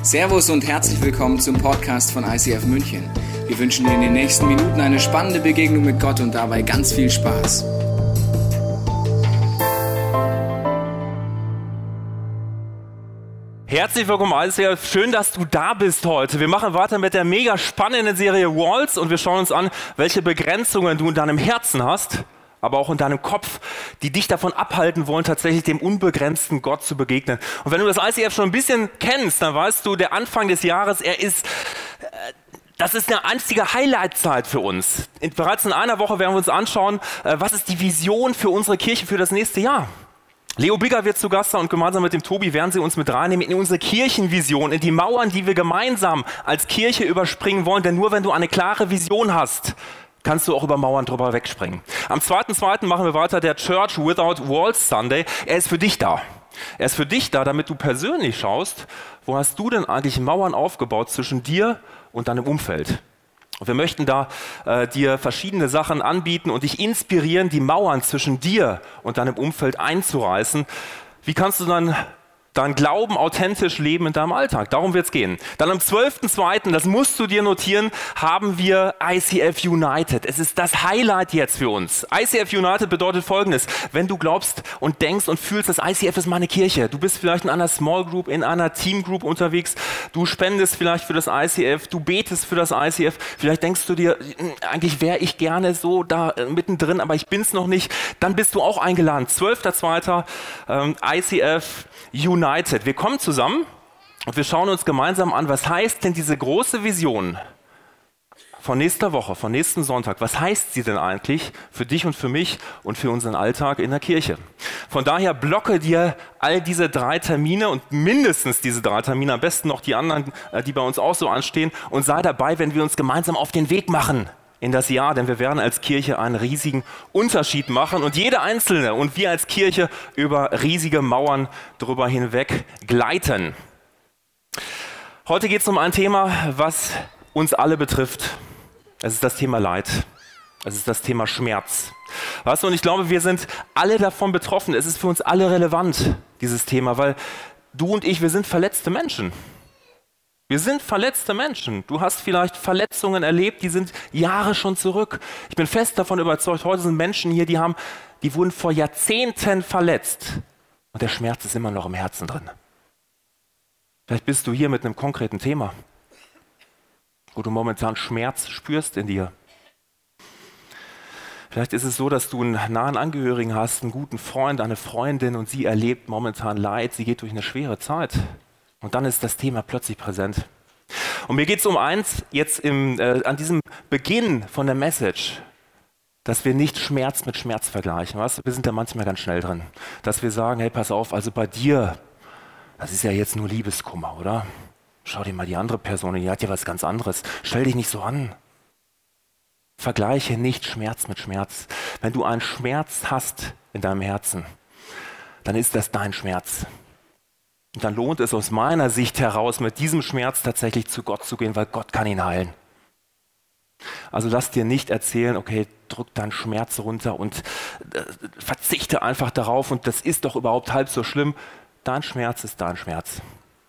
Servus und herzlich willkommen zum Podcast von ICF München. Wir wünschen dir in den nächsten Minuten eine spannende Begegnung mit Gott und dabei ganz viel Spaß. Herzlich willkommen, ICF. Schön, dass du da bist heute. Wir machen weiter mit der mega spannenden Serie Walls und wir schauen uns an, welche Begrenzungen du in deinem Herzen hast, aber auch in deinem Kopf, die dich davon abhalten wollen, tatsächlich dem unbegrenzten Gott zu begegnen. Und wenn du das ICF schon ein bisschen kennst, dann weißt du, der Anfang des Jahres, das ist eine einzige Highlight-Zeit für uns. Bereits in einer Woche werden wir uns anschauen, was ist die Vision für unsere Kirche für das nächste Jahr. Leo Bigger wird zu Gast sein und gemeinsam mit dem Tobi werden sie uns mit reinnehmen in unsere Kirchenvision, in die Mauern, die wir gemeinsam als Kirche überspringen wollen. Denn nur wenn du eine klare Vision hast, kannst du auch über Mauern drüber wegspringen. Am 2.2. machen wir weiter der Church Without Walls Sunday. Er ist für dich da. Er ist für dich da, damit du persönlich schaust, wo hast du denn eigentlich Mauern aufgebaut zwischen dir und deinem Umfeld. Und wir möchten da dir verschiedene Sachen anbieten und dich inspirieren, die Mauern zwischen dir und deinem Umfeld einzureißen. Wie kannst du dann dein Glauben authentisch leben in deinem Alltag? Darum wird es gehen. Dann am 12.2., das musst du dir notieren, haben wir ICF United. Es ist das Highlight jetzt für uns. ICF United bedeutet Folgendes: Wenn du glaubst und denkst und fühlst, dass ICF ist meine Kirche, du bist vielleicht in einer Small Group, in einer Team Group unterwegs, du spendest vielleicht für das ICF, du betest für das ICF, vielleicht denkst du dir, eigentlich wäre ich gerne so da mittendrin, aber ich bin es noch nicht, dann bist du auch eingeladen. 12.2. ICF United. Wir kommen zusammen und wir schauen uns gemeinsam an, was heißt denn diese große Vision von nächster Woche, von nächsten Sonntag, was heißt sie denn eigentlich für dich und für mich und für unseren Alltag in der Kirche? Von daher blocke dir all diese 3 Termine und mindestens diese 3 Termine, am besten noch die anderen, die bei uns auch so anstehen, und sei dabei, wenn wir uns gemeinsam auf den Weg machen in das Jahr, denn wir werden als Kirche einen riesigen Unterschied machen und jeder Einzelne und wir als Kirche über riesige Mauern drüber hinweg gleiten. Heute geht es um ein Thema, was uns alle betrifft. Es ist das Thema Leid. Es ist das Thema Schmerz. Weißt du, und ich glaube, wir sind alle davon betroffen. Es ist für uns alle relevant, dieses Thema, weil du und ich, wir sind verletzte Menschen. Wir sind verletzte Menschen. Du hast vielleicht Verletzungen erlebt, die sind Jahre schon zurück. Ich bin fest davon überzeugt, heute sind Menschen hier, die wurden vor Jahrzehnten verletzt. Und der Schmerz ist immer noch im Herzen drin. Vielleicht bist du hier mit einem konkreten Thema, wo du momentan Schmerz spürst in dir. Vielleicht ist es so, dass du einen nahen Angehörigen hast, einen guten Freund, eine Freundin, und sie erlebt momentan Leid, sie geht durch eine schwere Zeit. Und dann ist das Thema plötzlich präsent. Und mir geht es um eins jetzt an diesem Beginn von der Message, dass wir nicht Schmerz mit Schmerz vergleichen. Weißt du? Wir sind da manchmal ganz schnell drin. Dass wir sagen, hey, pass auf, also bei dir, das ist ja jetzt nur Liebeskummer, oder? Schau dir mal die andere Person an, die hat ja was ganz anderes. Stell dich nicht so an. Vergleiche nicht Schmerz mit Schmerz. Wenn du einen Schmerz hast in deinem Herzen, dann ist das dein Schmerz. Und dann lohnt es aus meiner Sicht heraus, mit diesem Schmerz tatsächlich zu Gott zu gehen, weil Gott kann ihn heilen. Also lass dir nicht erzählen, okay, drück deinen Schmerz runter und verzichte einfach darauf und das ist doch überhaupt halb so schlimm. Dein Schmerz ist dein Schmerz.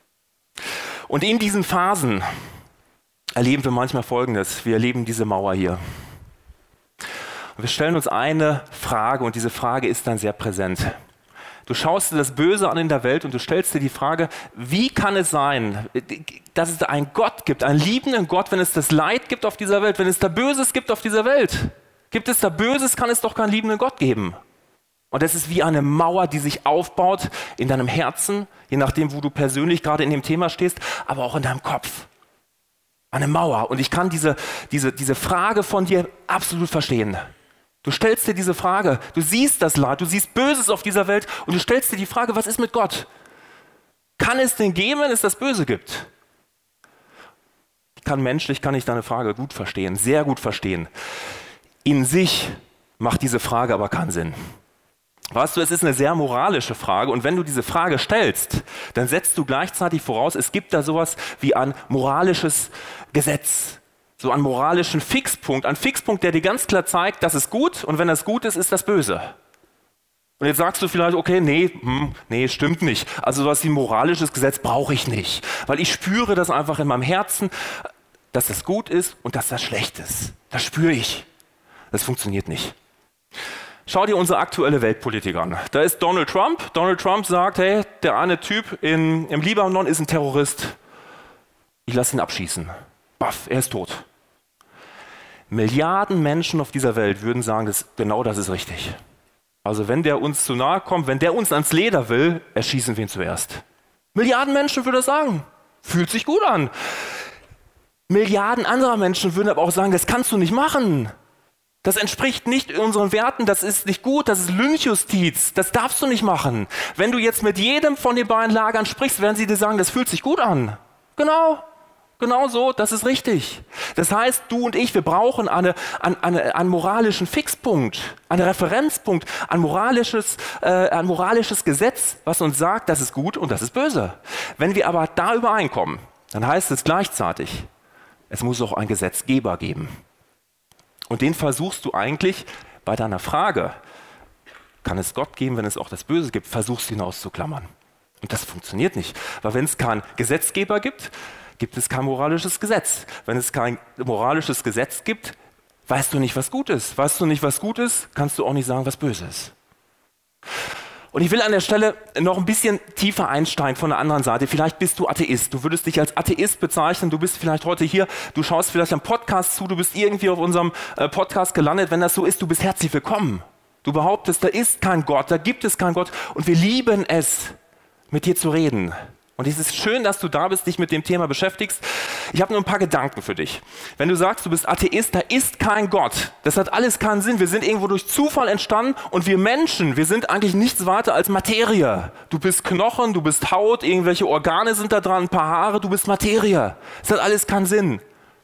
Und in diesen Phasen erleben wir manchmal Folgendes. Wir erleben diese Mauer hier. Und wir stellen uns eine Frage und diese Frage ist dann sehr präsent. Du schaust dir das Böse an in der Welt und du stellst dir die Frage, wie kann es sein, dass es da einen Gott gibt, einen liebenden Gott, wenn es das Leid gibt auf dieser Welt, wenn es da Böses gibt auf dieser Welt. Gibt es da Böses, kann es doch keinen liebenden Gott geben. Und das ist wie eine Mauer, die sich aufbaut in deinem Herzen, je nachdem, wo du persönlich gerade in dem Thema stehst, aber auch in deinem Kopf. Eine Mauer. Und ich kann diese Frage von dir absolut verstehen. Du stellst dir diese Frage, du siehst das Leid, du siehst Böses auf dieser Welt und du stellst dir die Frage, was ist mit Gott? Kann es denn geben, wenn es das Böse gibt? Menschlich kann ich deine Frage gut verstehen, sehr gut verstehen. In sich macht diese Frage aber keinen Sinn. Weißt du, es ist eine sehr moralische Frage und wenn du diese Frage stellst, dann setzt du gleichzeitig voraus, es gibt da sowas wie ein moralisches Gesetz. So einen moralischen Fixpunkt, ein Fixpunkt, der dir ganz klar zeigt, das ist gut und wenn das gut ist, ist das böse. Und jetzt sagst du vielleicht, okay, nee, stimmt nicht. Also sowas wie ein moralisches Gesetz brauche ich nicht, weil ich spüre das einfach in meinem Herzen, dass das gut ist und dass das schlecht ist. Das spüre ich. Das funktioniert nicht. Schau dir unsere aktuelle Weltpolitik an. Da ist Donald Trump. Donald Trump sagt, hey, der eine Typ im Libanon ist ein Terrorist. Ich lasse ihn abschießen. Baff, er ist tot. Milliarden Menschen auf dieser Welt würden sagen, genau das ist richtig. Also wenn der uns zu nahe kommt, wenn der uns ans Leder will, erschießen wir ihn zuerst. Milliarden Menschen würden das sagen. Fühlt sich gut an. Milliarden anderer Menschen würden aber auch sagen, das kannst du nicht machen. Das entspricht nicht unseren Werten, das ist nicht gut, das ist Lynchjustiz, das darfst du nicht machen. Wenn du jetzt mit jedem von den beiden Lagern sprichst, werden sie dir sagen, das fühlt sich gut an. Genau so, das ist richtig. Das heißt, du und ich, wir brauchen einen moralischen Fixpunkt, einen Referenzpunkt, ein moralisches Gesetz, was uns sagt, das ist gut und das ist böse. Wenn wir aber da übereinkommen, dann heißt es gleichzeitig, es muss auch einen Gesetzgeber geben. Und den versuchst du eigentlich bei deiner Frage, kann es Gott geben, wenn es auch das Böse gibt, versuchst du ihn auszuklammern. Und das funktioniert nicht, weil wenn es keinen Gesetzgeber gibt, gibt es kein moralisches Gesetz. Wenn es kein moralisches Gesetz gibt, weißt du nicht, was gut ist. Weißt du nicht, was gut ist, kannst du auch nicht sagen, was böse ist. Und ich will an der Stelle noch ein bisschen tiefer einsteigen von der anderen Seite. Vielleicht bist du Atheist. Du würdest dich als Atheist bezeichnen. Du bist vielleicht heute hier, du schaust vielleicht am Podcast zu, du bist irgendwie auf unserem Podcast gelandet. Wenn das so ist, du bist herzlich willkommen. Du behauptest, da ist kein Gott, da gibt es keinen Gott. Und wir lieben es, mit dir zu reden. Und es ist schön, dass du da bist, dich mit dem Thema beschäftigst. Ich habe nur ein paar Gedanken für dich. Wenn du sagst, du bist Atheist, da ist kein Gott. Das hat alles keinen Sinn. Wir sind irgendwo durch Zufall entstanden und wir Menschen, wir sind eigentlich nichts weiter als Materie. Du bist Knochen, du bist Haut, irgendwelche Organe sind da dran, ein paar Haare, du bist Materie. Das hat alles keinen Sinn.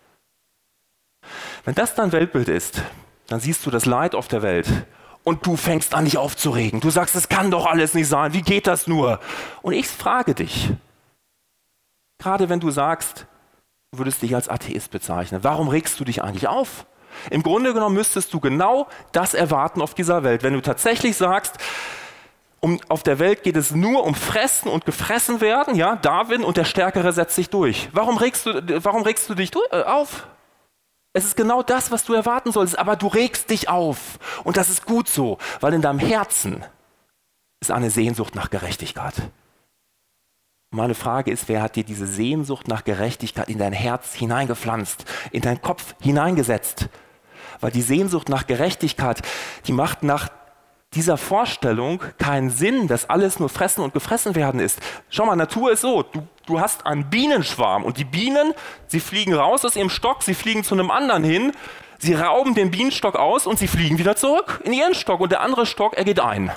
Wenn das dein Weltbild ist, dann siehst du das Leid auf der Welt. Und du fängst an, dich aufzuregen. Du sagst, das kann doch alles nicht sein. Wie geht das nur? Und ich frage dich, gerade wenn du sagst, du würdest dich als Atheist bezeichnen, warum regst du dich eigentlich auf? Im Grunde genommen müsstest du genau das erwarten auf dieser Welt. Wenn du tatsächlich sagst, auf der Welt geht es nur um Fressen und gefressen werden, ja, Darwin und der Stärkere setzt sich durch. Warum regst du dich auf? Es ist genau das, was du erwarten solltest, aber du regst dich auf. Und das ist gut so, weil in deinem Herzen ist eine Sehnsucht nach Gerechtigkeit. Meine Frage ist, wer hat dir diese Sehnsucht nach Gerechtigkeit in dein Herz hineingepflanzt, in deinen Kopf hineingesetzt? Weil die Sehnsucht nach Gerechtigkeit, die macht nach dieser Vorstellung keinen Sinn, dass alles nur fressen und gefressen werden ist. Schau mal, Natur ist so, du hast einen Bienenschwarm und die Bienen, sie fliegen raus aus ihrem Stock, sie fliegen zu einem anderen hin, sie rauben den Bienenstock aus und sie fliegen wieder zurück in ihren Stock und der andere Stock, er geht ein.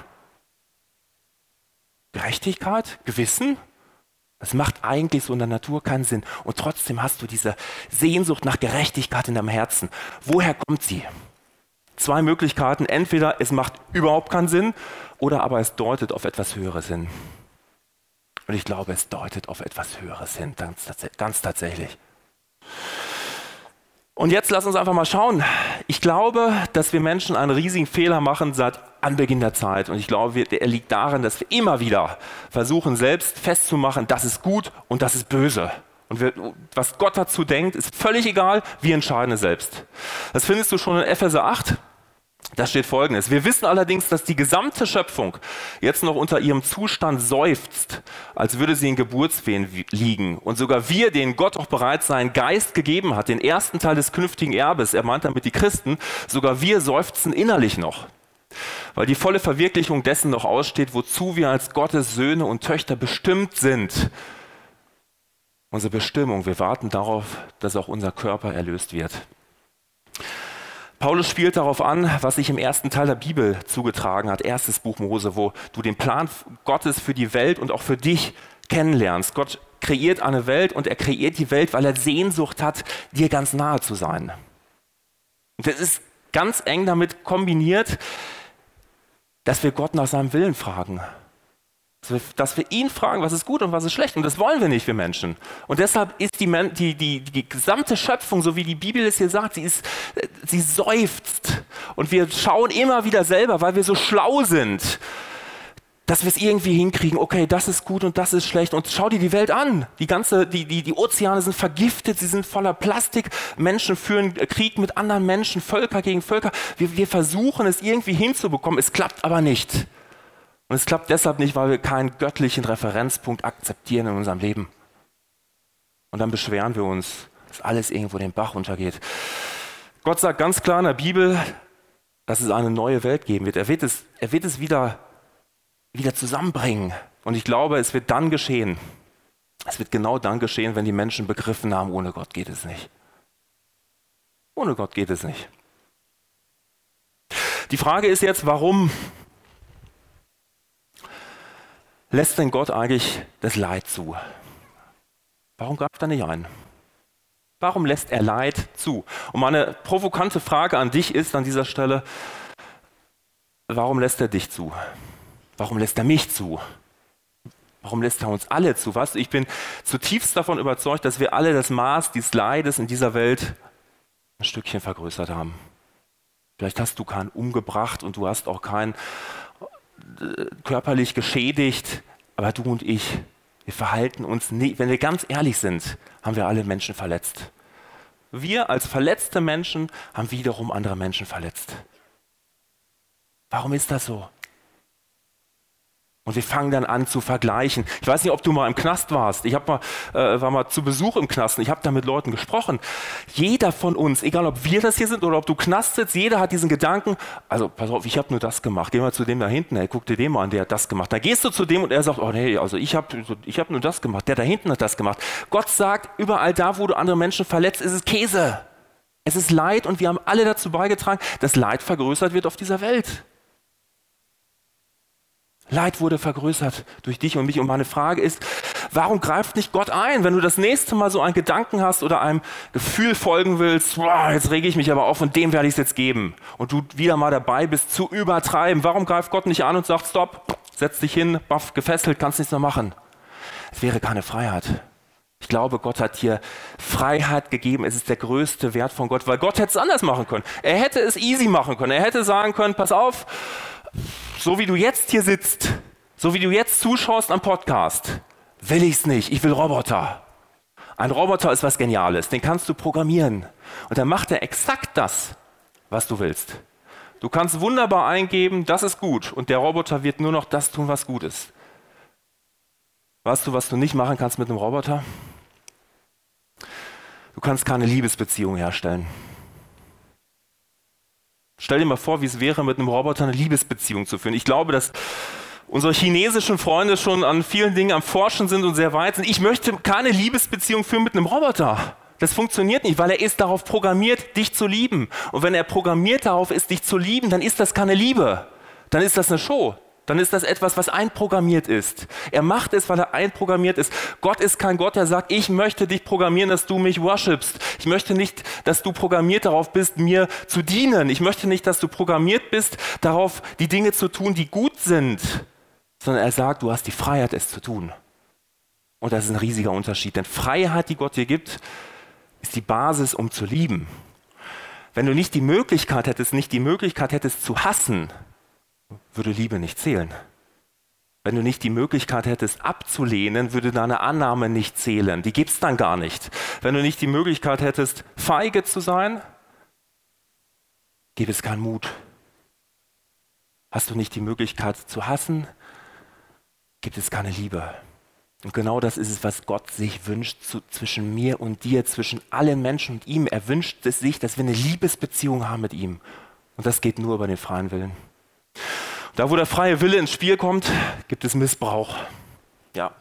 Gerechtigkeit, Gewissen, das macht eigentlich so in der Natur keinen Sinn. Und trotzdem hast du diese Sehnsucht nach Gerechtigkeit in deinem Herzen. Woher kommt sie? Zwei Möglichkeiten, entweder es macht überhaupt keinen Sinn oder aber es deutet auf etwas höheres hin. Und ich glaube, es deutet auf etwas höheres hin, ganz tatsächlich. Und jetzt lass uns einfach mal schauen. Ich glaube, dass wir Menschen einen riesigen Fehler machen seit Anbeginn der Zeit. Und ich glaube, er liegt darin, dass wir immer wieder versuchen, selbst festzumachen, das ist gut und das ist böse. Und was Gott dazu denkt, ist völlig egal, wir entscheiden es selbst. Das findest du schon in Epheser 8. Da steht Folgendes: Wir wissen allerdings, dass die gesamte Schöpfung jetzt noch unter ihrem Zustand seufzt, als würde sie in Geburtswehen liegen. Und sogar wir, denen Gott auch bereits seinen Geist gegeben hat, den ersten Teil des künftigen Erbes, er meint damit die Christen, sogar wir seufzen innerlich noch, weil die volle Verwirklichung dessen noch aussteht, wozu wir als Gottes Söhne und Töchter bestimmt sind. Unsere Bestimmung, wir warten darauf, dass auch unser Körper erlöst wird. Paulus spielt darauf an, was sich im ersten Teil der Bibel zugetragen hat, erstes Buch Mose, wo du den Plan Gottes für die Welt und auch für dich kennenlernst. Gott kreiert eine Welt und er kreiert die Welt, weil er Sehnsucht hat, dir ganz nahe zu sein. Und das ist ganz eng damit kombiniert, dass wir Gott nach seinem Willen fragen. Dass wir ihn fragen, was ist gut und was ist schlecht. Und das wollen wir nicht, wir Menschen. Und deshalb ist die gesamte Schöpfung, so wie die Bibel es hier sagt, sie seufzt. Und wir schauen immer wieder selber, weil wir so schlau sind, dass wir es irgendwie hinkriegen, okay, das ist gut und das ist schlecht. Und schau dir die Welt an. Die Ozeane sind vergiftet, sie sind voller Plastik. Menschen führen Krieg mit anderen Menschen, Völker gegen Völker. Wir versuchen es irgendwie hinzubekommen, es klappt aber nicht. Und es klappt deshalb nicht, weil wir keinen göttlichen Referenzpunkt akzeptieren in unserem Leben. Und dann beschweren wir uns, dass alles irgendwo den Bach runtergeht. Gott sagt ganz klar in der Bibel, dass es eine neue Welt geben wird. Er wird es wieder zusammenbringen. Und ich glaube, es wird dann geschehen. Es wird genau dann geschehen, wenn die Menschen begriffen haben, ohne Gott geht es nicht. Ohne Gott geht es nicht. Die Frage ist jetzt, warum lässt denn Gott eigentlich das Leid zu? Warum greift er nicht ein? Warum lässt er Leid zu? Und meine provokante Frage an dich ist an dieser Stelle, warum lässt er dich zu? Warum lässt er mich zu? Warum lässt er uns alle zu? Weißt du, ich bin zutiefst davon überzeugt, dass wir alle das Maß dieses Leides in dieser Welt ein Stückchen vergrößert haben. Vielleicht hast du keinen umgebracht und du hast auch keinen körperlich geschädigt, aber du und ich, wir verhalten uns nicht, wenn wir ganz ehrlich sind, haben wir alle Menschen verletzt. Wir als verletzte Menschen haben wiederum andere Menschen verletzt. Warum ist das so? Und wir fangen dann an zu vergleichen. Ich weiß nicht, ob du mal im Knast warst. Ich war mal zu Besuch im Knast und ich habe da mit Leuten gesprochen. Jeder von uns, egal ob wir das hier sind oder ob du Knast sitzt, jeder hat diesen Gedanken, also pass auf, ich habe nur das gemacht. Geh mal zu dem da hinten, hey, guck dir den mal an, der hat das gemacht. Da gehst du zu dem und er sagt, oh nee, also ich hab nur das gemacht, der da hinten hat das gemacht. Gott sagt, überall da, wo du andere Menschen verletzt, ist es Käse. Es ist Leid und wir haben alle dazu beigetragen, dass Leid vergrößert wird auf dieser Welt. Leid wurde vergrößert durch dich und mich. Und meine Frage ist, warum greift nicht Gott ein, wenn du das nächste Mal so einen Gedanken hast oder einem Gefühl folgen willst, wow, jetzt rege ich mich aber auf und dem werde ich es jetzt geben. Und du wieder mal dabei bist, zu übertreiben. Warum greift Gott nicht an und sagt, stopp, setz dich hin, baff, gefesselt, kannst nichts mehr machen. Es wäre keine Freiheit. Ich glaube, Gott hat hier Freiheit gegeben. Es ist der größte Wert von Gott, weil Gott hätte es anders machen können. Er hätte es easy machen können. Er hätte sagen können, pass auf, so wie du jetzt hier sitzt, so wie du jetzt zuschaust am Podcast, will ich es nicht. Ich will Roboter. Ein Roboter ist was Geniales. Den kannst du programmieren. Und dann macht er exakt das, was du willst. Du kannst wunderbar eingeben, das ist gut. Und der Roboter wird nur noch das tun, was gut ist. Weißt du, was du nicht machen kannst mit einem Roboter? Du kannst keine Liebesbeziehung herstellen. Stell dir mal vor, wie es wäre, mit einem Roboter eine Liebesbeziehung zu führen. Ich glaube, dass unsere chinesischen Freunde schon an vielen Dingen am Forschen sind und sehr weit sind. Ich möchte keine Liebesbeziehung führen mit einem Roboter. Das funktioniert nicht, weil er ist darauf programmiert, dich zu lieben. Und wenn er programmiert darauf ist, dich zu lieben, dann ist das keine Liebe. Dann ist das eine Show. Dann ist das etwas, was einprogrammiert ist. Er macht es, weil er einprogrammiert ist. Gott ist kein Gott, der sagt, ich möchte dich programmieren, dass du mich worshipst. Ich möchte nicht, dass du programmiert darauf bist, mir zu dienen. Ich möchte nicht, dass du programmiert bist, darauf die Dinge zu tun, die gut sind. Sondern er sagt, du hast die Freiheit, es zu tun. Und das ist ein riesiger Unterschied. Denn Freiheit, die Gott dir gibt, ist die Basis, um zu lieben. Wenn du nicht die Möglichkeit hättest zu hassen, würde Liebe nicht zählen. Wenn du nicht die Möglichkeit hättest abzulehnen, würde deine Annahme nicht zählen. Die gibt es dann gar nicht. Wenn du nicht die Möglichkeit hättest, feige zu sein, gäbe es keinen Mut. Hast du nicht die Möglichkeit zu hassen, gibt es keine Liebe. Und genau das ist es, was Gott sich wünscht zwischen mir und dir, zwischen allen Menschen und ihm. Er wünscht es sich, dass wir eine Liebesbeziehung haben mit ihm. Und das geht nur über den freien Willen. Da, wo der freie Wille ins Spiel kommt, gibt es Missbrauch. Ja.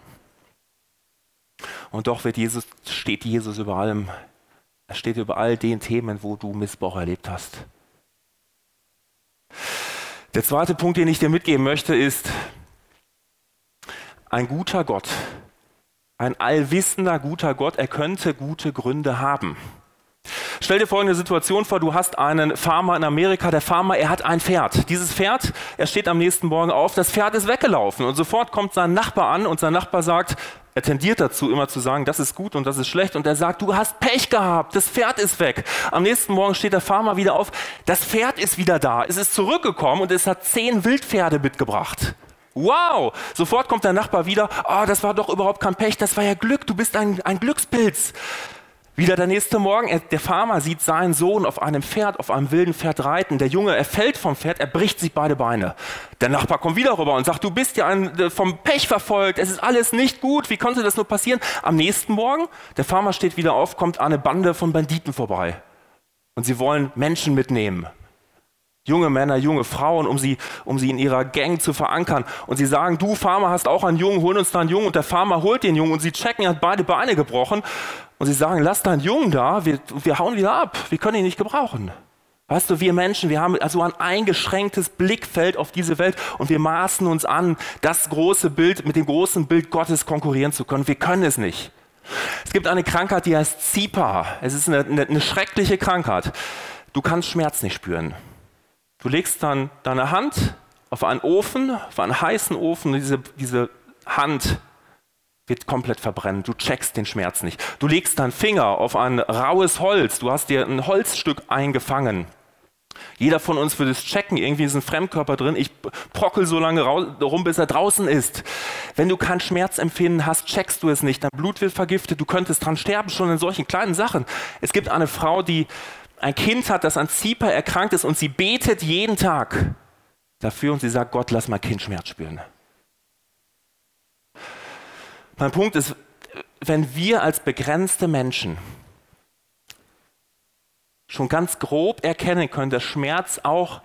Und doch steht Jesus über allem. Er steht über all den Themen, wo du Missbrauch erlebt hast. Der zweite Punkt, den ich dir mitgeben möchte, ist, ein guter Gott, ein allwissender guter Gott, er könnte gute Gründe haben. Stell dir folgende Situation vor, du hast einen Farmer in Amerika, der Farmer, er hat ein Pferd. Dieses Pferd, er steht am nächsten Morgen auf, das Pferd ist weggelaufen und sofort kommt sein Nachbar an und sein Nachbar sagt, er tendiert dazu immer zu sagen, das ist gut und das ist schlecht und er sagt, du hast Pech gehabt, das Pferd ist weg. Am nächsten Morgen steht der Farmer wieder auf, das Pferd ist wieder da, es ist zurückgekommen und es hat 10 Wildpferde mitgebracht. Wow, sofort kommt der Nachbar wieder, das war doch überhaupt kein Pech, das war ja Glück, du bist ein Glückspilz. Wieder der nächste Morgen, der Farmer sieht seinen Sohn auf einem Pferd, auf einem wilden Pferd reiten. Der Junge, er fällt vom Pferd, er bricht sich beide Beine. Der Nachbar kommt wieder rüber und sagt, du bist ja vom Pech verfolgt, es ist alles nicht gut, wie konnte das nur passieren? Am nächsten Morgen, der Farmer steht wieder auf, kommt eine Bande von Banditen vorbei. Und sie wollen Menschen mitnehmen. Junge Männer, junge Frauen, um sie in ihrer Gang zu verankern. Und sie sagen, du Farmer hast auch einen Jungen, hol uns da einen Jungen. Und der Farmer holt den Jungen und sie checken, er hat beide Beine gebrochen. Und sie sagen, lass deinen Jungen da, wir hauen wieder ab, wir können ihn nicht gebrauchen. Weißt du, wir Menschen, wir haben also ein eingeschränktes Blickfeld auf diese Welt und wir maßen uns an, das große Bild, mit dem großen Bild Gottes konkurrieren zu können. Wir können es nicht. Es gibt eine Krankheit, die heißt ZIPA. Es ist eine schreckliche Krankheit. Du kannst Schmerz nicht spüren. Du legst dann deine Hand auf einen Ofen, auf einen heißen Ofen und diese Hand wird komplett verbrennen. Du checkst den Schmerz nicht. Du legst deinen Finger auf ein raues Holz. Du hast dir ein Holzstück eingefangen. Jeder von uns würde es checken. Irgendwie ist ein Fremdkörper drin. Ich brockel so lange rum, bis er draußen ist. Wenn du kein Schmerzempfinden hast, checkst du es nicht. Dein Blut wird vergiftet. Du könntest dran sterben, schon in solchen kleinen Sachen. Es gibt eine Frau, die ein Kind hat, das an ZIPA erkrankt ist und sie betet jeden Tag dafür und sie sagt, Gott, lass mein Kind Schmerz spüren. Mein Punkt ist, wenn wir als begrenzte Menschen schon ganz grob erkennen können, dass Schmerz auch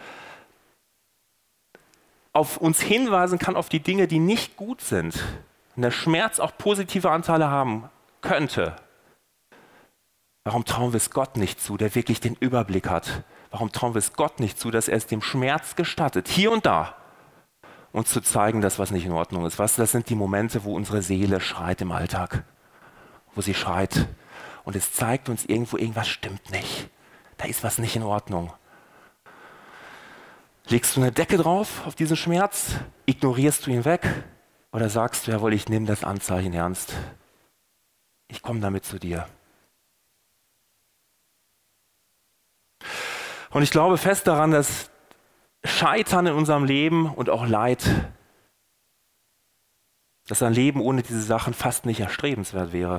auf uns hinweisen kann, auf die Dinge, die nicht gut sind, und der Schmerz auch positive Anteile haben könnte, warum trauen wir es Gott nicht zu, der wirklich den Überblick hat? Warum trauen wir es Gott nicht zu, dass er es dem Schmerz gestattet, hier und da, uns zu zeigen, dass was nicht in Ordnung ist? Das sind die Momente, wo unsere Seele schreit im Alltag, wo sie schreit. Und es zeigt uns irgendwas stimmt nicht. Da ist was nicht in Ordnung. Legst du eine Decke drauf auf diesen Schmerz? Ignorierst du ihn weg? Oder sagst du, jawohl, ich nehme das Anzeichen ernst. Ich komme damit zu dir. Und ich glaube fest daran, dass Scheitern in unserem Leben und auch Leid, dass ein Leben ohne diese Sachen fast nicht erstrebenswert wäre.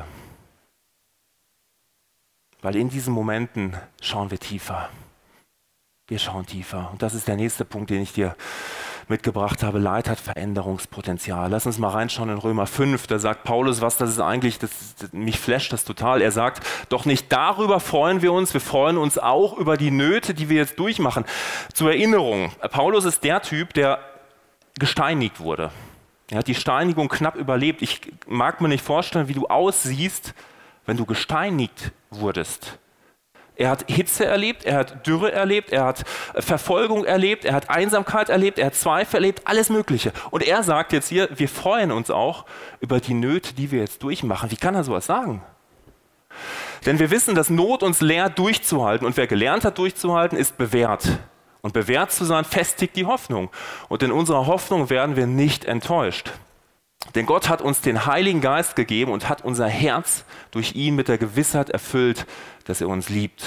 Weil in diesen Momenten schauen wir tiefer. Wir schauen tiefer. Und das ist der nächste Punkt, den ich dir mitgebracht habe. Leid hat Veränderungspotenzial. Lass uns mal reinschauen in Römer 5. Da sagt Paulus, was das ist eigentlich, mich flasht das total. Er sagt, doch nicht darüber freuen wir freuen uns auch über die Nöte, die wir jetzt durchmachen. Zur Erinnerung, Paulus ist der Typ, der gesteinigt wurde. Er hat die Steinigung knapp überlebt. Ich mag mir nicht vorstellen, wie du aussiehst, wenn du gesteinigt wurdest. Er hat Hitze erlebt, er hat Dürre erlebt, er hat Verfolgung erlebt, er hat Einsamkeit erlebt, er hat Zweifel erlebt, alles Mögliche. Und er sagt jetzt hier, wir freuen uns auch über die Nöte, die wir jetzt durchmachen. Wie kann er sowas sagen? Denn wir wissen, dass Not uns lehrt, durchzuhalten. Und wer gelernt hat, durchzuhalten, ist bewährt. Und bewährt zu sein, festigt die Hoffnung. Und in unserer Hoffnung werden wir nicht enttäuscht. Denn Gott hat uns den Heiligen Geist gegeben und hat unser Herz durch ihn mit der Gewissheit erfüllt, dass er uns liebt.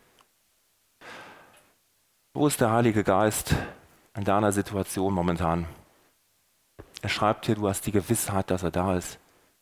Wo ist der Heilige Geist in deiner Situation momentan? Er schreibt hier, du hast die Gewissheit, dass er da ist.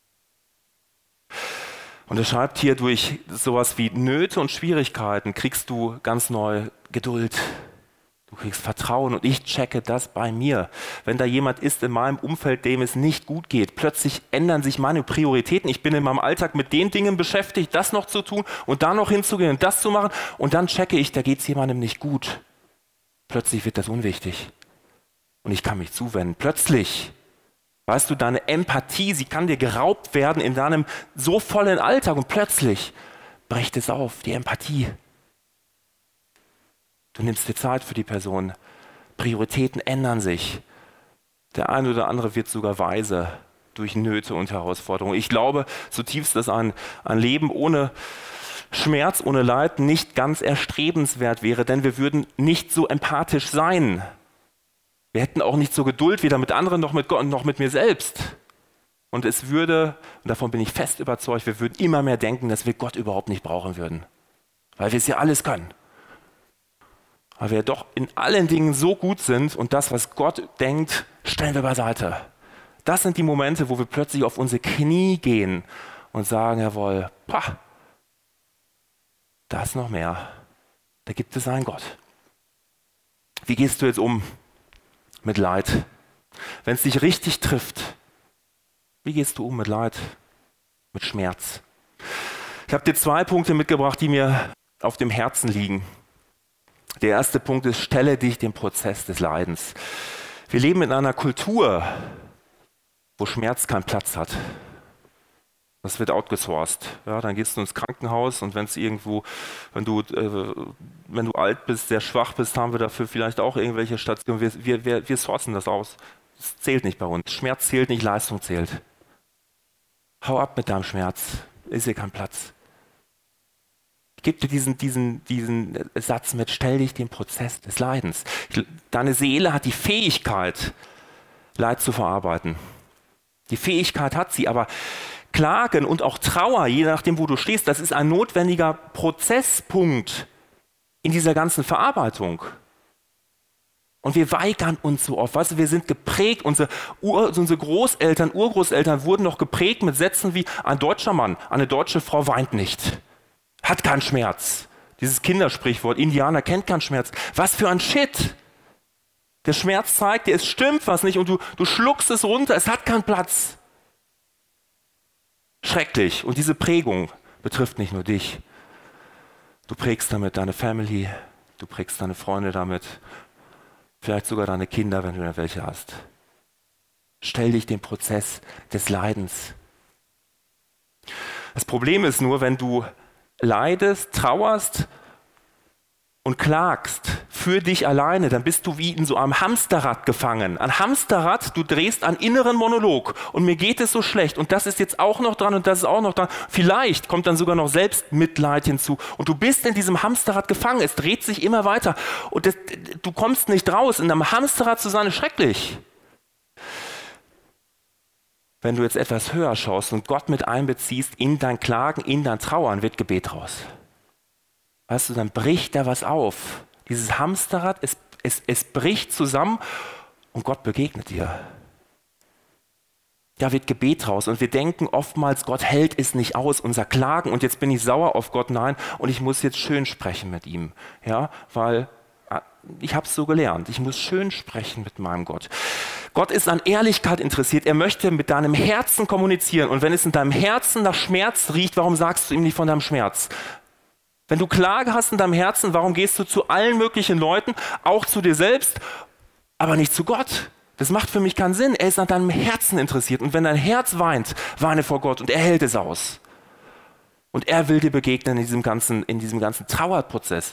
Und er schreibt hier, durch sowas wie Nöte und Schwierigkeiten kriegst du ganz neu Geduld. Du kriegst Vertrauen und ich checke das bei mir. Wenn da jemand ist in meinem Umfeld, dem es nicht gut geht, plötzlich ändern sich meine Prioritäten. Ich bin in meinem Alltag mit den Dingen beschäftigt, das noch zu tun und da noch hinzugehen und das zu machen. Und dann checke ich, da geht es jemandem nicht gut. Plötzlich wird das unwichtig. Und ich kann mich zuwenden. Plötzlich, weißt du, deine Empathie, sie kann dir geraubt werden in deinem so vollen Alltag. Und plötzlich bricht es auf, die Empathie. Du nimmst dir Zeit für die Person. Prioritäten ändern sich. Der eine oder andere wird sogar weise durch Nöte und Herausforderungen. Ich glaube zutiefst, dass ein Leben ohne Schmerz, ohne Leid nicht ganz erstrebenswert wäre, denn wir würden nicht so empathisch sein. Wir hätten auch nicht so Geduld, weder mit anderen noch mit Gott noch mit mir selbst. Und es würde, und davon bin ich fest überzeugt, wir würden immer mehr denken, dass wir Gott überhaupt nicht brauchen würden. Weil wir es ja alles können. Weil wir doch in allen Dingen so gut sind und das, was Gott denkt, stellen wir beiseite. Das sind die Momente, wo wir plötzlich auf unsere Knie gehen und sagen, jawohl, da ist noch mehr. Da gibt es einen Gott. Wie gehst du jetzt um mit Leid? Wenn es dich richtig trifft, wie gehst du um mit Leid, mit Schmerz? Ich habe dir 2 Punkte mitgebracht, die mir auf dem Herzen liegen. Der erste Punkt ist, stelle dich dem Prozess des Leidens. Wir leben in einer Kultur, wo Schmerz keinen Platz hat. Das wird outgesourced. Ja, dann gehst du ins Krankenhaus und wenn du alt bist, sehr schwach bist, haben wir dafür vielleicht auch irgendwelche Stationen. Wir sourcen das aus. Das zählt nicht bei uns. Schmerz zählt nicht, Leistung zählt. Hau ab mit deinem Schmerz. Ist hier kein Platz. Ich gebe dir diesen Satz mit, stell dich dem Prozess des Leidens. Deine Seele hat die Fähigkeit, Leid zu verarbeiten. Die Fähigkeit hat sie, aber Klagen und auch Trauer, je nachdem, wo du stehst, das ist ein notwendiger Prozesspunkt in dieser ganzen Verarbeitung. Und wir weigern uns so oft. Weißt du, wir sind geprägt, unsere Großeltern, Urgroßeltern wurden noch geprägt mit Sätzen wie, ein deutscher Mann, eine deutsche Frau weint nicht, hat keinen Schmerz. Dieses Kindersprichwort, Indianer kennt keinen Schmerz. Was für ein Shit. Der Schmerz zeigt dir, es stimmt was nicht und du schluckst es runter, es hat keinen Platz. Schrecklich. Und diese Prägung betrifft nicht nur dich. Du prägst damit deine Family, du prägst deine Freunde damit, vielleicht sogar deine Kinder, wenn du welche hast. Stell dich dem Prozess des Leidens. Das Problem ist nur, wenn du leidest, trauerst und klagst für dich alleine, dann bist du wie in so einem Hamsterrad gefangen. Ein Hamsterrad, du drehst einen inneren Monolog und mir geht es so schlecht und das ist jetzt auch noch dran und das ist auch noch dran. Vielleicht kommt dann sogar noch Selbstmitleid hinzu und du bist in diesem Hamsterrad gefangen. Es dreht sich immer weiter und du kommst nicht raus. In einem Hamsterrad zu sein ist schrecklich. Wenn du jetzt etwas höher schaust und Gott mit einbeziehst in dein Klagen, in dein Trauern, wird Gebet raus. Weißt du, dann bricht da was auf. Dieses Hamsterrad, es bricht zusammen und Gott begegnet dir. Da wird Gebet raus und wir denken oftmals, Gott hält es nicht aus, unser Klagen und jetzt bin ich sauer auf Gott. Nein, und ich muss jetzt schön sprechen mit ihm. Ja, weil ich habe es so gelernt. Ich muss schön sprechen mit meinem Gott. Gott ist an Ehrlichkeit interessiert. Er möchte mit deinem Herzen kommunizieren. Und wenn es in deinem Herzen nach Schmerz riecht, warum sagst du ihm nicht von deinem Schmerz? Wenn du Klage hast in deinem Herzen, warum gehst du zu allen möglichen Leuten, auch zu dir selbst, aber nicht zu Gott? Das macht für mich keinen Sinn. Er ist an deinem Herzen interessiert. Und wenn dein Herz weint, weine vor Gott und er hält es aus. Und er will dir begegnen in diesem ganzen Trauerprozess.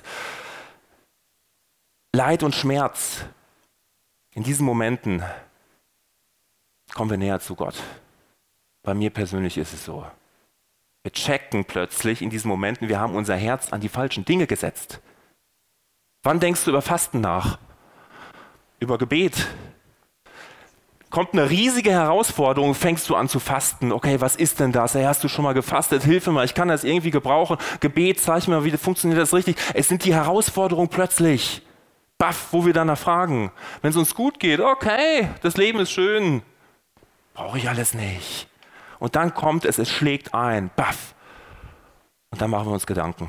Leid und Schmerz, in diesen Momenten kommen wir näher zu Gott. Bei mir persönlich ist es so. Wir checken plötzlich in diesen Momenten, wir haben unser Herz an die falschen Dinge gesetzt. Wann denkst du über Fasten nach? Über Gebet? Kommt eine riesige Herausforderung, fängst du an zu fasten. Okay, was ist denn das? Hey, hast du schon mal gefastet? Hilf mir mal, ich kann das irgendwie gebrauchen. Gebet, zeig mir mal, wie funktioniert das richtig? Es sind die Herausforderungen plötzlich. Baff, wo wir danach fragen. Wenn es uns gut geht, okay, das Leben ist schön. Brauche ich alles nicht. Und dann kommt es schlägt ein. Baff. Und dann machen wir uns Gedanken.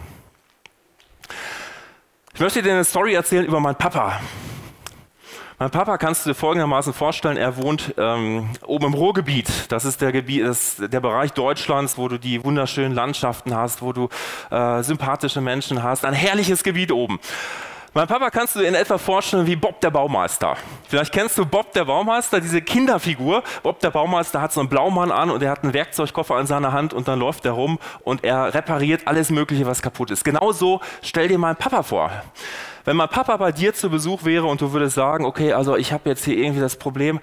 Ich möchte dir eine Story erzählen über meinen Papa. Mein Papa kannst du dir folgendermaßen vorstellen, er wohnt oben im Ruhrgebiet. Das ist der Bereich Deutschlands, wo du die wunderschönen Landschaften hast, wo du sympathische Menschen hast. Ein herrliches Gebiet oben. Mein Papa kannst du dir in etwa vorstellen wie Bob der Baumeister. Vielleicht kennst du Bob der Baumeister, diese Kinderfigur. Bob der Baumeister hat so einen Blaumann an und er hat einen Werkzeugkoffer in seiner Hand und dann läuft er rum und er repariert alles Mögliche, was kaputt ist. Genauso stell dir meinen Papa vor. Wenn mein Papa bei dir zu Besuch wäre und du würdest sagen, okay, also ich habe jetzt hier irgendwie das Problem,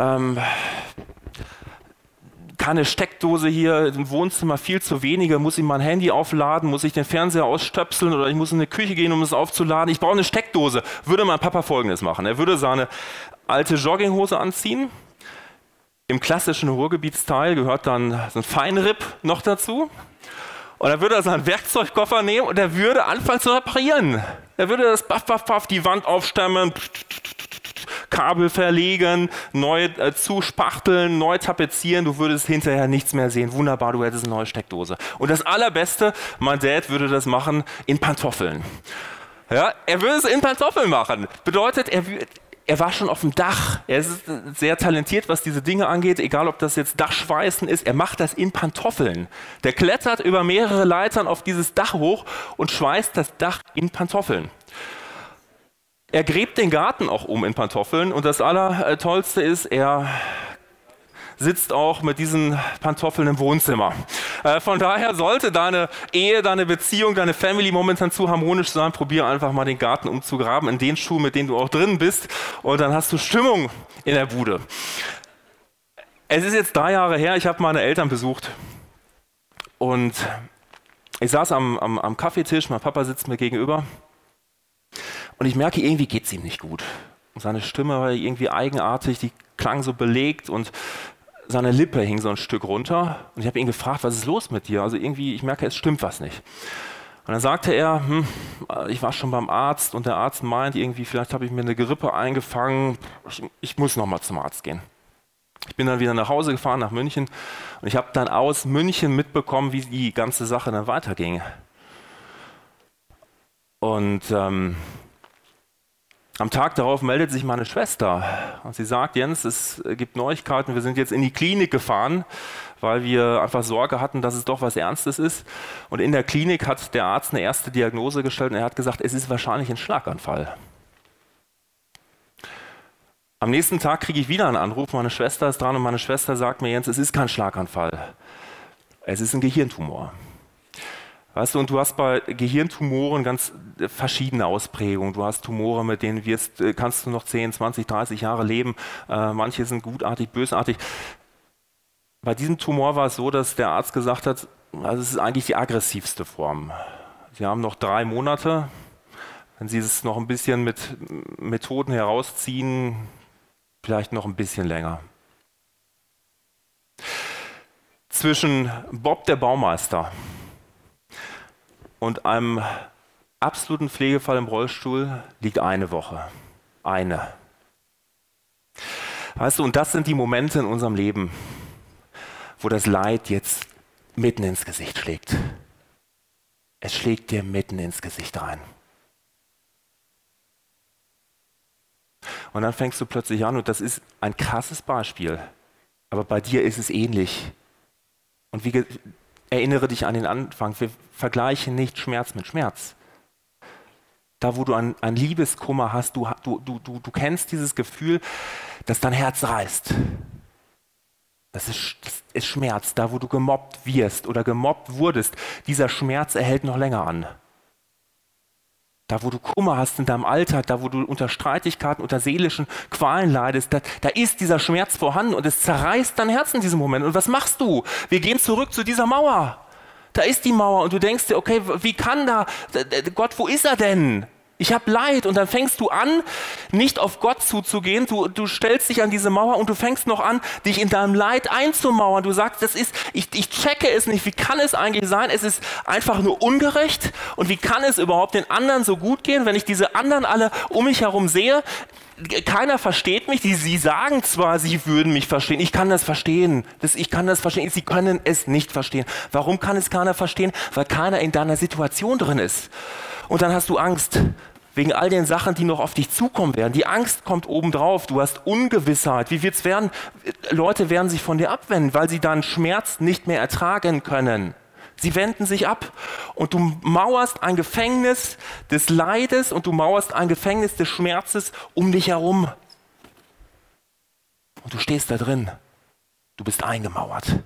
keine Steckdose hier im Wohnzimmer, viel zu wenige, muss ich mein Handy aufladen, muss ich den Fernseher ausstöpseln oder ich muss in die Küche gehen, um es aufzuladen. Ich brauche eine Steckdose. Würde mein Papa Folgendes machen. Er würde seine alte Jogginghose anziehen. Im klassischen Ruhrgebietsteil gehört dann so ein Feinripp noch dazu. Und er würde seinen Werkzeugkoffer nehmen und er würde anfangen zu reparieren. Er würde das die Wand aufstemmen, Kabel verlegen, neu zuspachteln, neu tapezieren, du würdest hinterher nichts mehr sehen. Wunderbar, du hättest eine neue Steckdose. Und das Allerbeste, mein Dad würde das machen in Pantoffeln. Ja, er würde es in Pantoffeln machen. Bedeutet, er war schon auf dem Dach. Er ist sehr talentiert, was diese Dinge angeht, egal ob das jetzt Dachschweißen ist. Er macht das in Pantoffeln. Der klettert über mehrere Leitern auf dieses Dach hoch und schweißt das Dach in Pantoffeln. Er gräbt den Garten auch um in Pantoffeln und das Allertollste ist, er sitzt auch mit diesen Pantoffeln im Wohnzimmer. Von daher sollte deine Ehe, deine Beziehung, deine Family momentan zu harmonisch sein, probier einfach mal den Garten umzugraben in den Schuhen, mit denen du auch drin bist und dann hast du Stimmung in der Bude. Es ist jetzt 3 Jahre her, ich habe meine Eltern besucht und ich saß am Kaffeetisch, mein Papa sitzt mir gegenüber und ich merke, irgendwie geht es ihm nicht gut. Und seine Stimme war irgendwie eigenartig, die klang so belegt und seine Lippe hing so ein Stück runter und ich habe ihn gefragt, was ist los mit dir? Also irgendwie, ich merke, es stimmt was nicht. Und dann sagte er, ich war schon beim Arzt und der Arzt meint irgendwie, vielleicht habe ich mir eine Grippe eingefangen, ich muss nochmal zum Arzt gehen. Ich bin dann wieder nach Hause gefahren, nach München und ich habe dann aus München mitbekommen, wie die ganze Sache dann weiterging. Und am Tag darauf meldet sich meine Schwester und sie sagt, Jens, es gibt Neuigkeiten, wir sind jetzt in die Klinik gefahren, weil wir einfach Sorge hatten, dass es doch was Ernstes ist. Und in der Klinik hat der Arzt eine erste Diagnose gestellt und er hat gesagt, es ist wahrscheinlich ein Schlaganfall. Am nächsten Tag kriege ich wieder einen Anruf, meine Schwester ist dran und meine Schwester sagt mir, Jens, es ist kein Schlaganfall, es ist ein Gehirntumor. Weißt du, und du hast bei Gehirntumoren ganz verschiedene Ausprägungen. Du hast Tumore, mit denen kannst du noch 10, 20, 30 Jahre leben. Manche sind gutartig, bösartig. Bei diesem Tumor war es so, dass der Arzt gesagt hat, also es ist eigentlich die aggressivste Form. Sie haben noch 3 Monate. Wenn Sie es noch ein bisschen mit Methoden herausziehen, vielleicht noch ein bisschen länger. Zwischen Bob, der Baumeister, und einem absoluten Pflegefall im Rollstuhl liegt 1 Woche. Eine. Weißt du, und das sind die Momente in unserem Leben, wo das Leid jetzt mitten ins Gesicht schlägt. Es schlägt dir mitten ins Gesicht rein. Und dann fängst du plötzlich an, und das ist ein krasses Beispiel, aber bei dir ist es ähnlich. Und erinnere dich an den Anfang, wir vergleichen nicht Schmerz mit Schmerz. Da, wo du einen Liebeskummer hast, du kennst dieses Gefühl, dass dein Herz reißt. Das ist Schmerz. Da, wo du gemobbt wirst oder gemobbt wurdest, dieser Schmerz erhält noch länger an. Da, wo du Kummer hast in deinem Alltag, da, wo du unter Streitigkeiten, unter seelischen Qualen leidest, da ist dieser Schmerz vorhanden und es zerreißt dein Herz in diesem Moment. Und was machst du? Wir gehen zurück zu dieser Mauer. Da ist die Mauer und du denkst dir, okay, wie kann Gott, wo ist er denn? Ich habe Leid. Und dann fängst du an, nicht auf Gott zuzugehen. Du stellst dich an diese Mauer und du fängst noch an, dich in deinem Leid einzumauern. Du sagst, ich checke es nicht. Wie kann es eigentlich sein? Es ist einfach nur ungerecht. Und wie kann es überhaupt den anderen so gut gehen, wenn ich diese anderen alle um mich herum sehe? Keiner versteht mich. Sie sagen zwar, sie würden mich verstehen. Ich kann das verstehen. Ich kann das verstehen. Sie können es nicht verstehen. Warum kann es keiner verstehen? Weil keiner in deiner Situation drin ist. Und dann hast du Angst, wegen all den Sachen, die noch auf dich zukommen werden. Die Angst kommt obendrauf, du hast Ungewissheit. Wie wird es werden? Leute werden sich von dir abwenden, weil sie deinen Schmerz nicht mehr ertragen können. Sie wenden sich ab und du mauerst ein Gefängnis des Leides und du mauerst ein Gefängnis des Schmerzes um dich herum. Und du stehst da drin. Du bist eingemauert.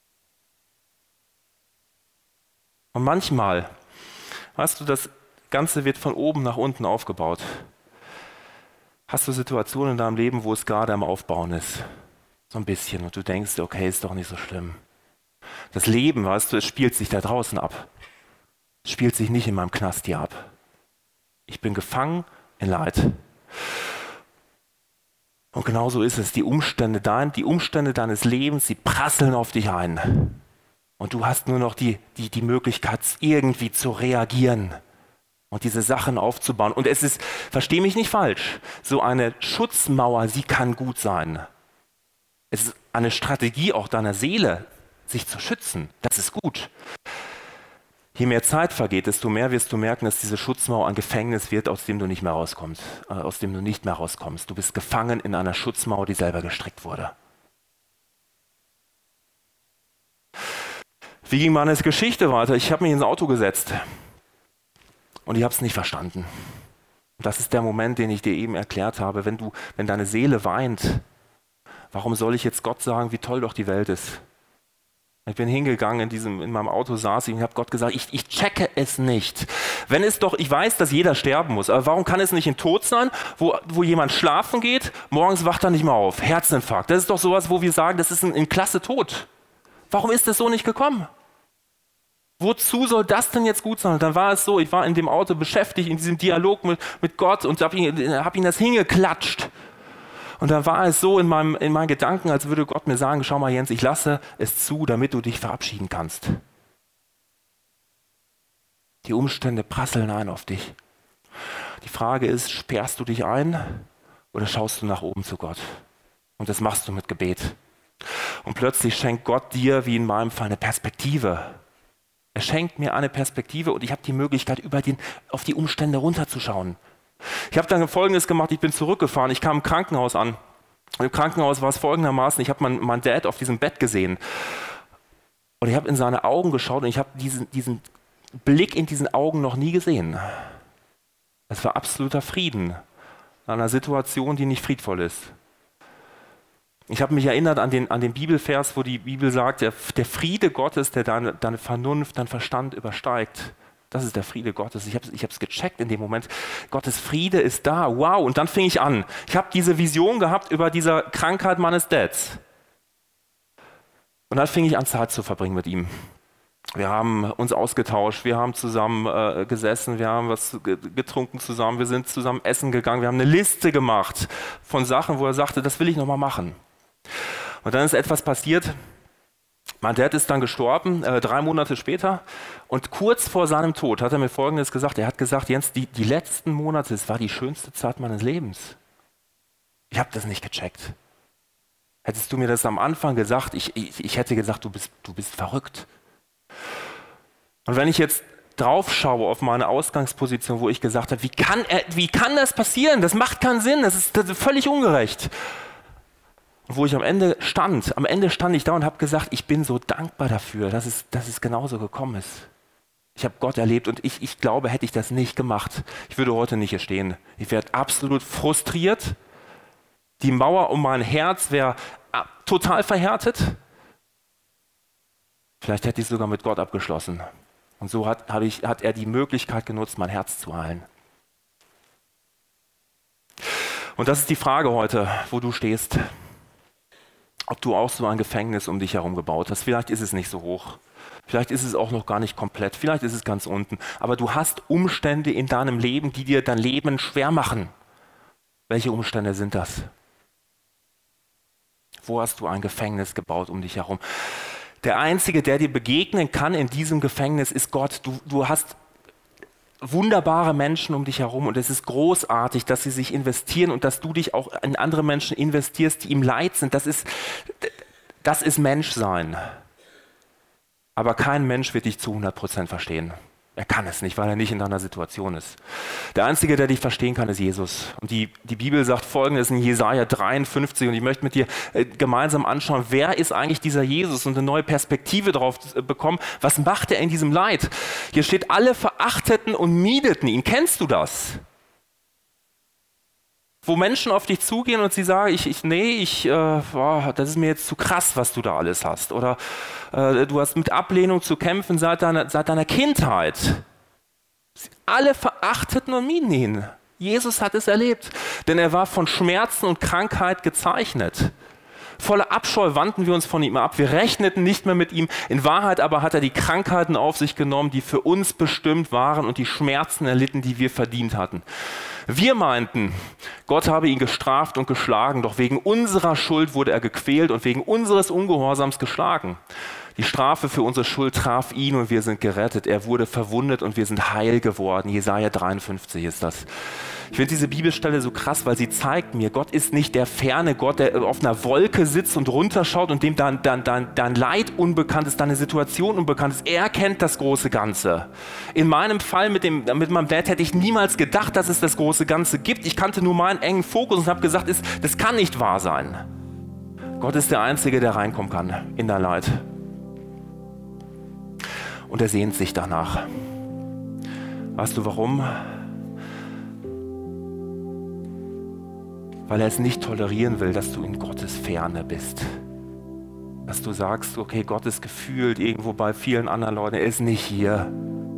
Und manchmal, weißt du, das Ganze wird von oben nach unten aufgebaut. Hast du Situationen in deinem Leben, wo es gerade am Aufbauen ist? So ein bisschen. Und du denkst, okay, ist doch nicht so schlimm. Das Leben, weißt du, es spielt sich da draußen ab. Es spielt sich nicht in meinem Knast hier ab. Ich bin gefangen in Leid. Und genauso ist es. Die Umstände deines Lebens, sie prasseln auf dich ein. Und du hast nur noch die Möglichkeit, irgendwie zu reagieren. und diese Sachen aufzubauen. Und es ist, versteh mich nicht falsch, so eine Schutzmauer, sie kann gut sein. Es ist eine Strategie auch deiner Seele, sich zu schützen. Das ist gut. Je mehr Zeit vergeht, desto mehr wirst du merken, dass diese Schutzmauer ein Gefängnis wird, aus dem du nicht mehr rauskommst. Du bist gefangen in einer Schutzmauer, die selber gestrickt wurde. Wie ging meine Geschichte weiter? Ich habe mich ins Auto gesetzt und ich habe es nicht verstanden. Das ist der Moment, den ich dir eben erklärt habe. Wenn deine Seele weint, warum soll ich jetzt Gott sagen, wie toll doch die Welt ist? Ich bin hingegangen, in meinem Auto saß ich und habe Gott gesagt, ich checke es nicht. Ich weiß, dass jeder sterben muss, aber warum kann es nicht ein Tod sein, wo jemand schlafen geht, morgens wacht er nicht mehr auf, Herzinfarkt. Das ist doch sowas, wo wir sagen, das ist ein klasse Tod. Warum ist das so nicht gekommen? Wozu soll das denn jetzt gut sein? Und dann war es so, ich war in dem Auto beschäftigt, in diesem Dialog mit Gott und hab ihn das hingeklatscht. Und dann war es so in meinen Gedanken, als würde Gott mir sagen, schau mal Jens, ich lasse es zu, damit du dich verabschieden kannst. Die Umstände prasseln ein auf dich. Die Frage ist, sperrst du dich ein oder schaust du nach oben zu Gott? Und das machst du mit Gebet. Und plötzlich schenkt Gott dir, wie in meinem Fall, eine Perspektive. Er schenkt mir eine Perspektive und ich habe die Möglichkeit, auf die Umstände runterzuschauen. Ich habe dann Folgendes gemacht, ich bin zurückgefahren, ich kam im Krankenhaus an. Und im Krankenhaus war es folgendermaßen, ich habe meinen Dad auf diesem Bett gesehen. Und ich habe in seine Augen geschaut und ich habe diesen Blick in diesen Augen noch nie gesehen. Es war absoluter Frieden in einer Situation, die nicht friedvoll ist. Ich habe mich erinnert an den Bibelvers, wo die Bibel sagt, der Friede Gottes, der deine Vernunft, dein Verstand übersteigt. Das ist der Friede Gottes. Ich habe es gecheckt in dem Moment. Gottes Friede ist da. Wow. Und dann fing ich an. Ich habe diese Vision gehabt über diese Krankheit meines Dads. Und dann fing ich an, Zeit zu verbringen mit ihm. Wir haben uns ausgetauscht, wir haben zusammen gesessen, wir haben was getrunken zusammen, wir sind zusammen essen gegangen, wir haben eine Liste gemacht von Sachen, wo er sagte, das will ich nochmal machen. Und dann ist etwas passiert. Mein Dad ist dann gestorben, 3 Monate später. Und kurz vor seinem Tod hat er mir Folgendes gesagt. Er hat gesagt, Jens, die letzten Monate, es war die schönste Zeit meines Lebens. Ich habe das nicht gecheckt. Hättest du mir das am Anfang gesagt, ich hätte gesagt, du bist verrückt. Und wenn ich jetzt drauf schaue auf meine Ausgangsposition, wo ich gesagt habe, wie kann das passieren? Das macht keinen Sinn, das ist völlig ungerecht. Und wo ich am Ende stand ich da und habe gesagt, ich bin so dankbar dafür, dass es genauso gekommen ist. Ich habe Gott erlebt und ich glaube, hätte ich das nicht gemacht, ich würde heute nicht hier stehen. Ich wäre absolut frustriert. Die Mauer um mein Herz wäre total verhärtet. Vielleicht hätte ich sogar mit Gott abgeschlossen. Und so hat er die Möglichkeit genutzt, mein Herz zu heilen. Und das ist die Frage heute, wo du stehst. Ob du auch so ein Gefängnis um dich herum gebaut hast. Vielleicht ist es nicht so hoch. Vielleicht ist es auch noch gar nicht komplett. Vielleicht ist es ganz unten. Aber du hast Umstände in deinem Leben, die dir dein Leben schwer machen. Welche Umstände sind das? Wo hast du ein Gefängnis gebaut um dich herum? Der Einzige, der dir begegnen kann in diesem Gefängnis, ist Gott. Du hast wunderbare Menschen um dich herum und es ist großartig, dass sie sich investieren und dass du dich auch in andere Menschen investierst, die ihm leid sind. Das ist Menschsein. Aber kein Mensch wird dich zu 100% verstehen. Er kann es nicht, weil er nicht in deiner Situation ist. Der Einzige, der dich verstehen kann, ist Jesus. Und die Bibel sagt Folgendes in Jesaja 53 und ich möchte mit dir gemeinsam anschauen, wer ist eigentlich dieser Jesus und eine neue Perspektive drauf bekommen. Was macht er in diesem Leid? Hier steht, alle verachteten und miedeten ihn. Kennst du das? Wo Menschen auf dich zugehen und sie sagen, das ist mir jetzt zu krass, was du da alles hast. Oder du hast mit Ablehnung zu kämpfen seit deiner Kindheit. Alle verachteten und mieden ihn. Jesus hat es erlebt, denn er war von Schmerzen und Krankheit gezeichnet. Voller Abscheu wandten wir uns von ihm ab. Wir rechneten nicht mehr mit ihm. In Wahrheit aber hat er die Krankheiten auf sich genommen, die für uns bestimmt waren und die Schmerzen erlitten, die wir verdient hatten. Wir meinten, Gott habe ihn gestraft und geschlagen, doch wegen unserer Schuld wurde er gequält und wegen unseres Ungehorsams geschlagen. Die Strafe für unsere Schuld traf ihn und wir sind gerettet. Er wurde verwundet und wir sind heil geworden. Jesaja 53 ist das. Ich finde diese Bibelstelle so krass, weil sie zeigt mir, Gott ist nicht der ferne Gott, der auf einer Wolke sitzt und runterschaut und dem dein Leid unbekannt ist, deine Situation unbekannt ist. Er kennt das große Ganze. In meinem Fall mit meinem Dad hätte ich niemals gedacht, dass es das große Ganze gibt. Ich kannte nur meinen engen Fokus und habe gesagt, das kann nicht wahr sein. Gott ist der Einzige, der reinkommen kann in dein Leid. Und er sehnt sich danach. Weißt du warum? Weil er es nicht tolerieren will, dass du in Gottes Ferne bist. Dass du sagst, okay, Gott ist gefühlt irgendwo bei vielen anderen Leuten, er ist nicht hier.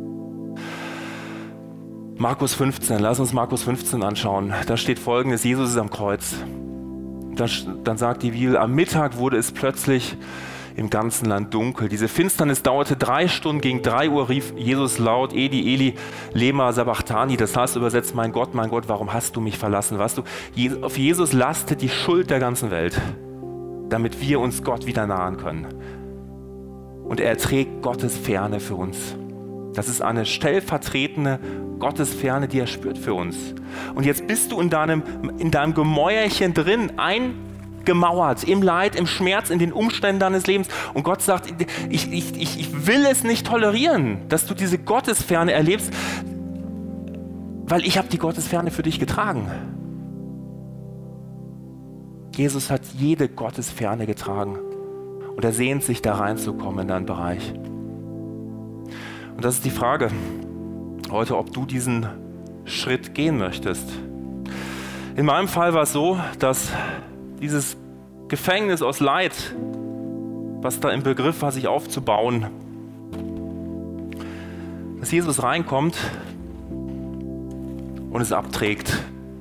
Markus 15, lass uns Markus 15 anschauen. Da steht Folgendes, Jesus ist am Kreuz. Dann sagt die Bibel, am Mittag wurde es plötzlich im ganzen Land dunkel. Diese Finsternis dauerte 3 Stunden. Gegen 3 Uhr rief Jesus laut, Eli, Eli, lema sabachthani. Das heißt übersetzt, mein Gott, warum hast du mich verlassen? Weißt du, auf Jesus lastet die Schuld der ganzen Welt, damit wir uns Gott wieder nahen können. Und er trägt Gottes Ferne für uns. Das ist eine stellvertretende Gottesferne, die er spürt für uns. Und jetzt bist du in deinem Gemäuerchen drin, eingemauert, im Leid, im Schmerz, in den Umständen deines Lebens. Und Gott sagt, ich will es nicht tolerieren, dass du diese Gottesferne erlebst, weil ich habe die Gottesferne für dich getragen. Jesus hat jede Gottesferne getragen. Und er sehnt sich, da reinzukommen in deinen Bereich. Und das ist die Frage heute, ob du diesen Schritt gehen möchtest. In meinem Fall war es so, dass dieses Gefängnis aus Leid, was da im Begriff war, sich aufzubauen, dass Jesus reinkommt und es abträgt.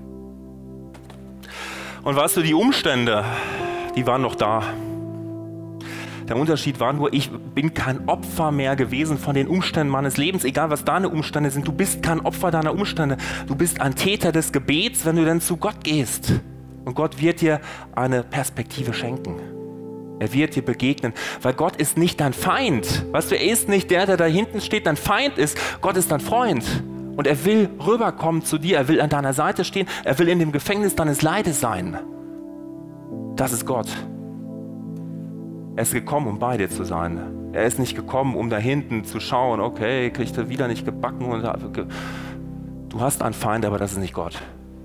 Und weißt du, die Umstände, die waren noch da. Der Unterschied war nur, ich bin kein Opfer mehr gewesen von den Umständen meines Lebens, egal was deine Umstände sind. Du bist kein Opfer deiner Umstände. Du bist ein Täter des Gebets, wenn du dann zu Gott gehst. Und Gott wird dir eine Perspektive schenken. Er wird dir begegnen, weil Gott ist nicht dein Feind. Weißt du, er ist nicht der da hinten steht, dein Feind ist. Gott ist dein Freund. Und er will rüberkommen zu dir. Er will an deiner Seite stehen. Er will in dem Gefängnis deines Leides sein. Das ist Gott. Er ist gekommen, um bei dir zu sein. Er ist nicht gekommen, um da hinten zu schauen, okay, kriegt er wieder nicht gebacken. Du hast einen Feind, aber das ist nicht Gott.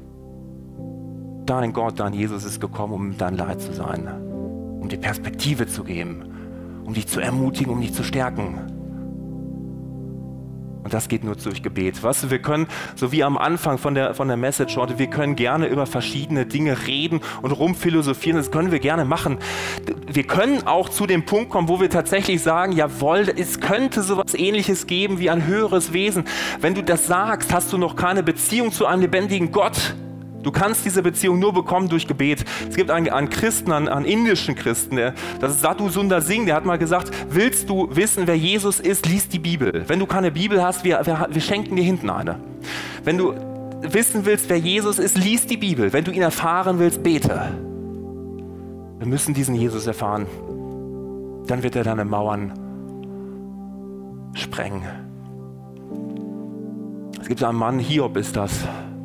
Dein Gott, dein Jesus ist gekommen, um dein Leid zu sein, um dir Perspektive zu geben, um dich zu ermutigen, um dich zu stärken. Und das geht nur durch Gebet. Weißt du, wir können, so wie am Anfang von der Message heute, wir können gerne über verschiedene Dinge reden und rumphilosophieren. Das können wir gerne machen. Wir können auch zu dem Punkt kommen, wo wir tatsächlich sagen, jawohl, es könnte sowas Ähnliches geben wie ein höheres Wesen. Wenn du das sagst, hast du noch keine Beziehung zu einem lebendigen Gott. Du kannst diese Beziehung nur bekommen durch Gebet. Es gibt einen Christen, einen indischen Christen, das ist Sadhu Sundar Singh, der hat mal gesagt, willst du wissen, wer Jesus ist, lies die Bibel. Wenn du keine Bibel hast, wir schenken dir hinten eine. Wenn du wissen willst, wer Jesus ist, lies die Bibel. Wenn du ihn erfahren willst, bete. Wir müssen diesen Jesus erfahren. Dann wird er deine Mauern sprengen. Es gibt einen Mann, Hiob ist das.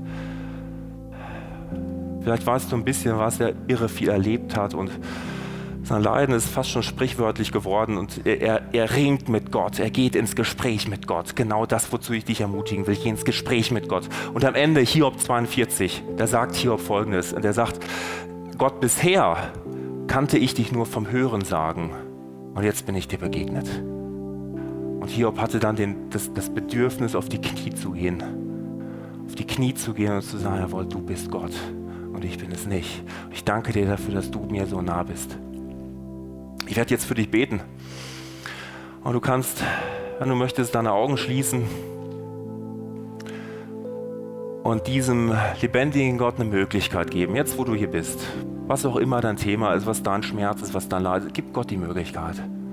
Vielleicht weißt du ein bisschen, was er irre viel erlebt hat und sein Leiden ist fast schon sprichwörtlich geworden und er ringt mit Gott, er geht ins Gespräch mit Gott. Genau das, wozu ich dich ermutigen will, geh ins Gespräch mit Gott. Und am Ende, Hiob 42, da sagt Hiob Folgendes, und er sagt, Gott, bisher kannte ich dich nur vom Hören sagen und jetzt bin ich dir begegnet. Und Hiob hatte dann das Bedürfnis, auf die Knie zu gehen. Auf die Knie zu gehen und zu sagen, jawohl, du bist Gott. Und ich bin es nicht. Ich danke dir dafür, dass du mir so nah bist. Ich werde jetzt für dich beten. Und du kannst, wenn du möchtest, deine Augen schließen und diesem lebendigen Gott eine Möglichkeit geben, jetzt wo du hier bist. Was auch immer dein Thema ist, was dein Schmerz ist, was dein Leid ist, gib Gott die Möglichkeit.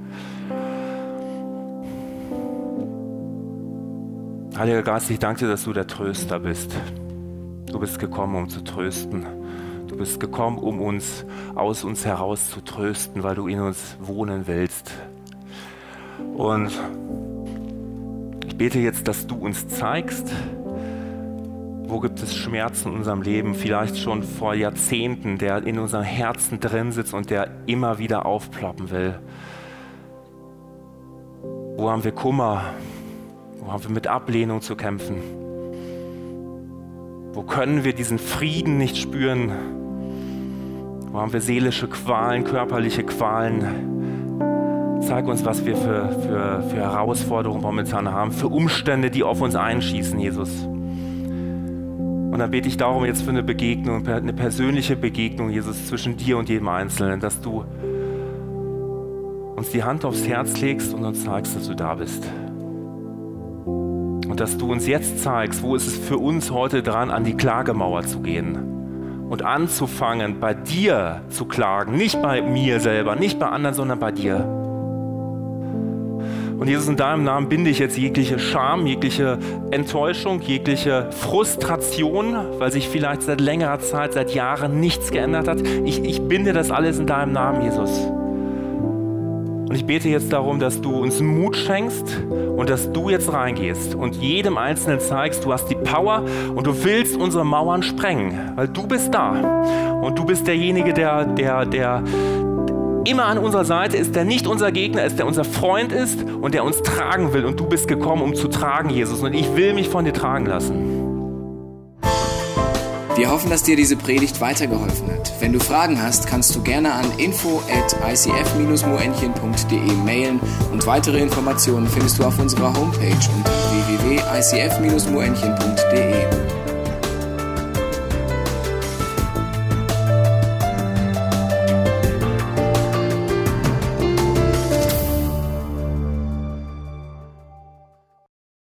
Heiliger Geist, ich danke dir, dass du der Tröster bist. Du bist gekommen, um zu trösten. Du bist gekommen, um uns aus uns heraus zu trösten, weil du in uns wohnen willst. Und ich bete jetzt, dass du uns zeigst, wo gibt es Schmerzen in unserem Leben, vielleicht schon vor Jahrzehnten, der in unserem Herzen drin sitzt und der immer wieder aufploppen will. Wo haben wir Kummer? Wo haben wir mit Ablehnung zu kämpfen? Wo können wir diesen Frieden nicht spüren? Wo haben wir seelische Qualen, körperliche Qualen? Zeig uns, was wir für Herausforderungen momentan haben, für Umstände, die auf uns einschießen, Jesus. Und dann bete ich darum jetzt für eine Begegnung, eine persönliche Begegnung, Jesus, zwischen dir und jedem Einzelnen, dass du uns die Hand aufs Herz legst und uns zeigst, dass du da bist. Und dass du uns jetzt zeigst, wo ist es für uns heute dran, an die Klagemauer zu gehen und anzufangen, bei dir zu klagen, nicht bei mir selber, nicht bei anderen, sondern bei dir. Und Jesus, in deinem Namen binde ich jetzt jegliche Scham, jegliche Enttäuschung, jegliche Frustration, weil sich vielleicht seit längerer Zeit, seit Jahren nichts geändert hat. Ich binde das alles in deinem Namen, Jesus. Und ich bete jetzt darum, dass du uns Mut schenkst und dass du jetzt reingehst und jedem Einzelnen zeigst, du hast die Power und du willst unsere Mauern sprengen, weil du bist da. Und du bist derjenige, der immer an unserer Seite ist, der nicht unser Gegner ist, der unser Freund ist und der uns tragen will. Und du bist gekommen, um zu tragen, Jesus. Und ich will mich von dir tragen lassen. Wir hoffen, dass dir diese Predigt weitergeholfen hat. Wenn du Fragen hast, kannst du gerne an info@icf-moenchen.de mailen und weitere Informationen findest du auf unserer Homepage unter www.icf-moenchen.de.